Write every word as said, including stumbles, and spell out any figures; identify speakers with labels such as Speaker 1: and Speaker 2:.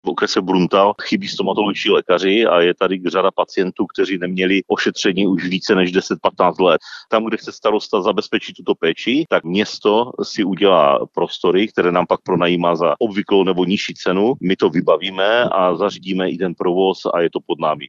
Speaker 1: V okrese Bruntal chybí stomatologičtí lékaři a je tady řada pacientů, kteří neměli ošetření už více než deset patnáct let. Tam, kde chce starosta zabezpečit tuto péči, tak město si udělá prostory, které nám pak pronajímá za obvyklou nebo nižší cenu. My to vybavíme a zařídíme i ten provoz a je to pod námi.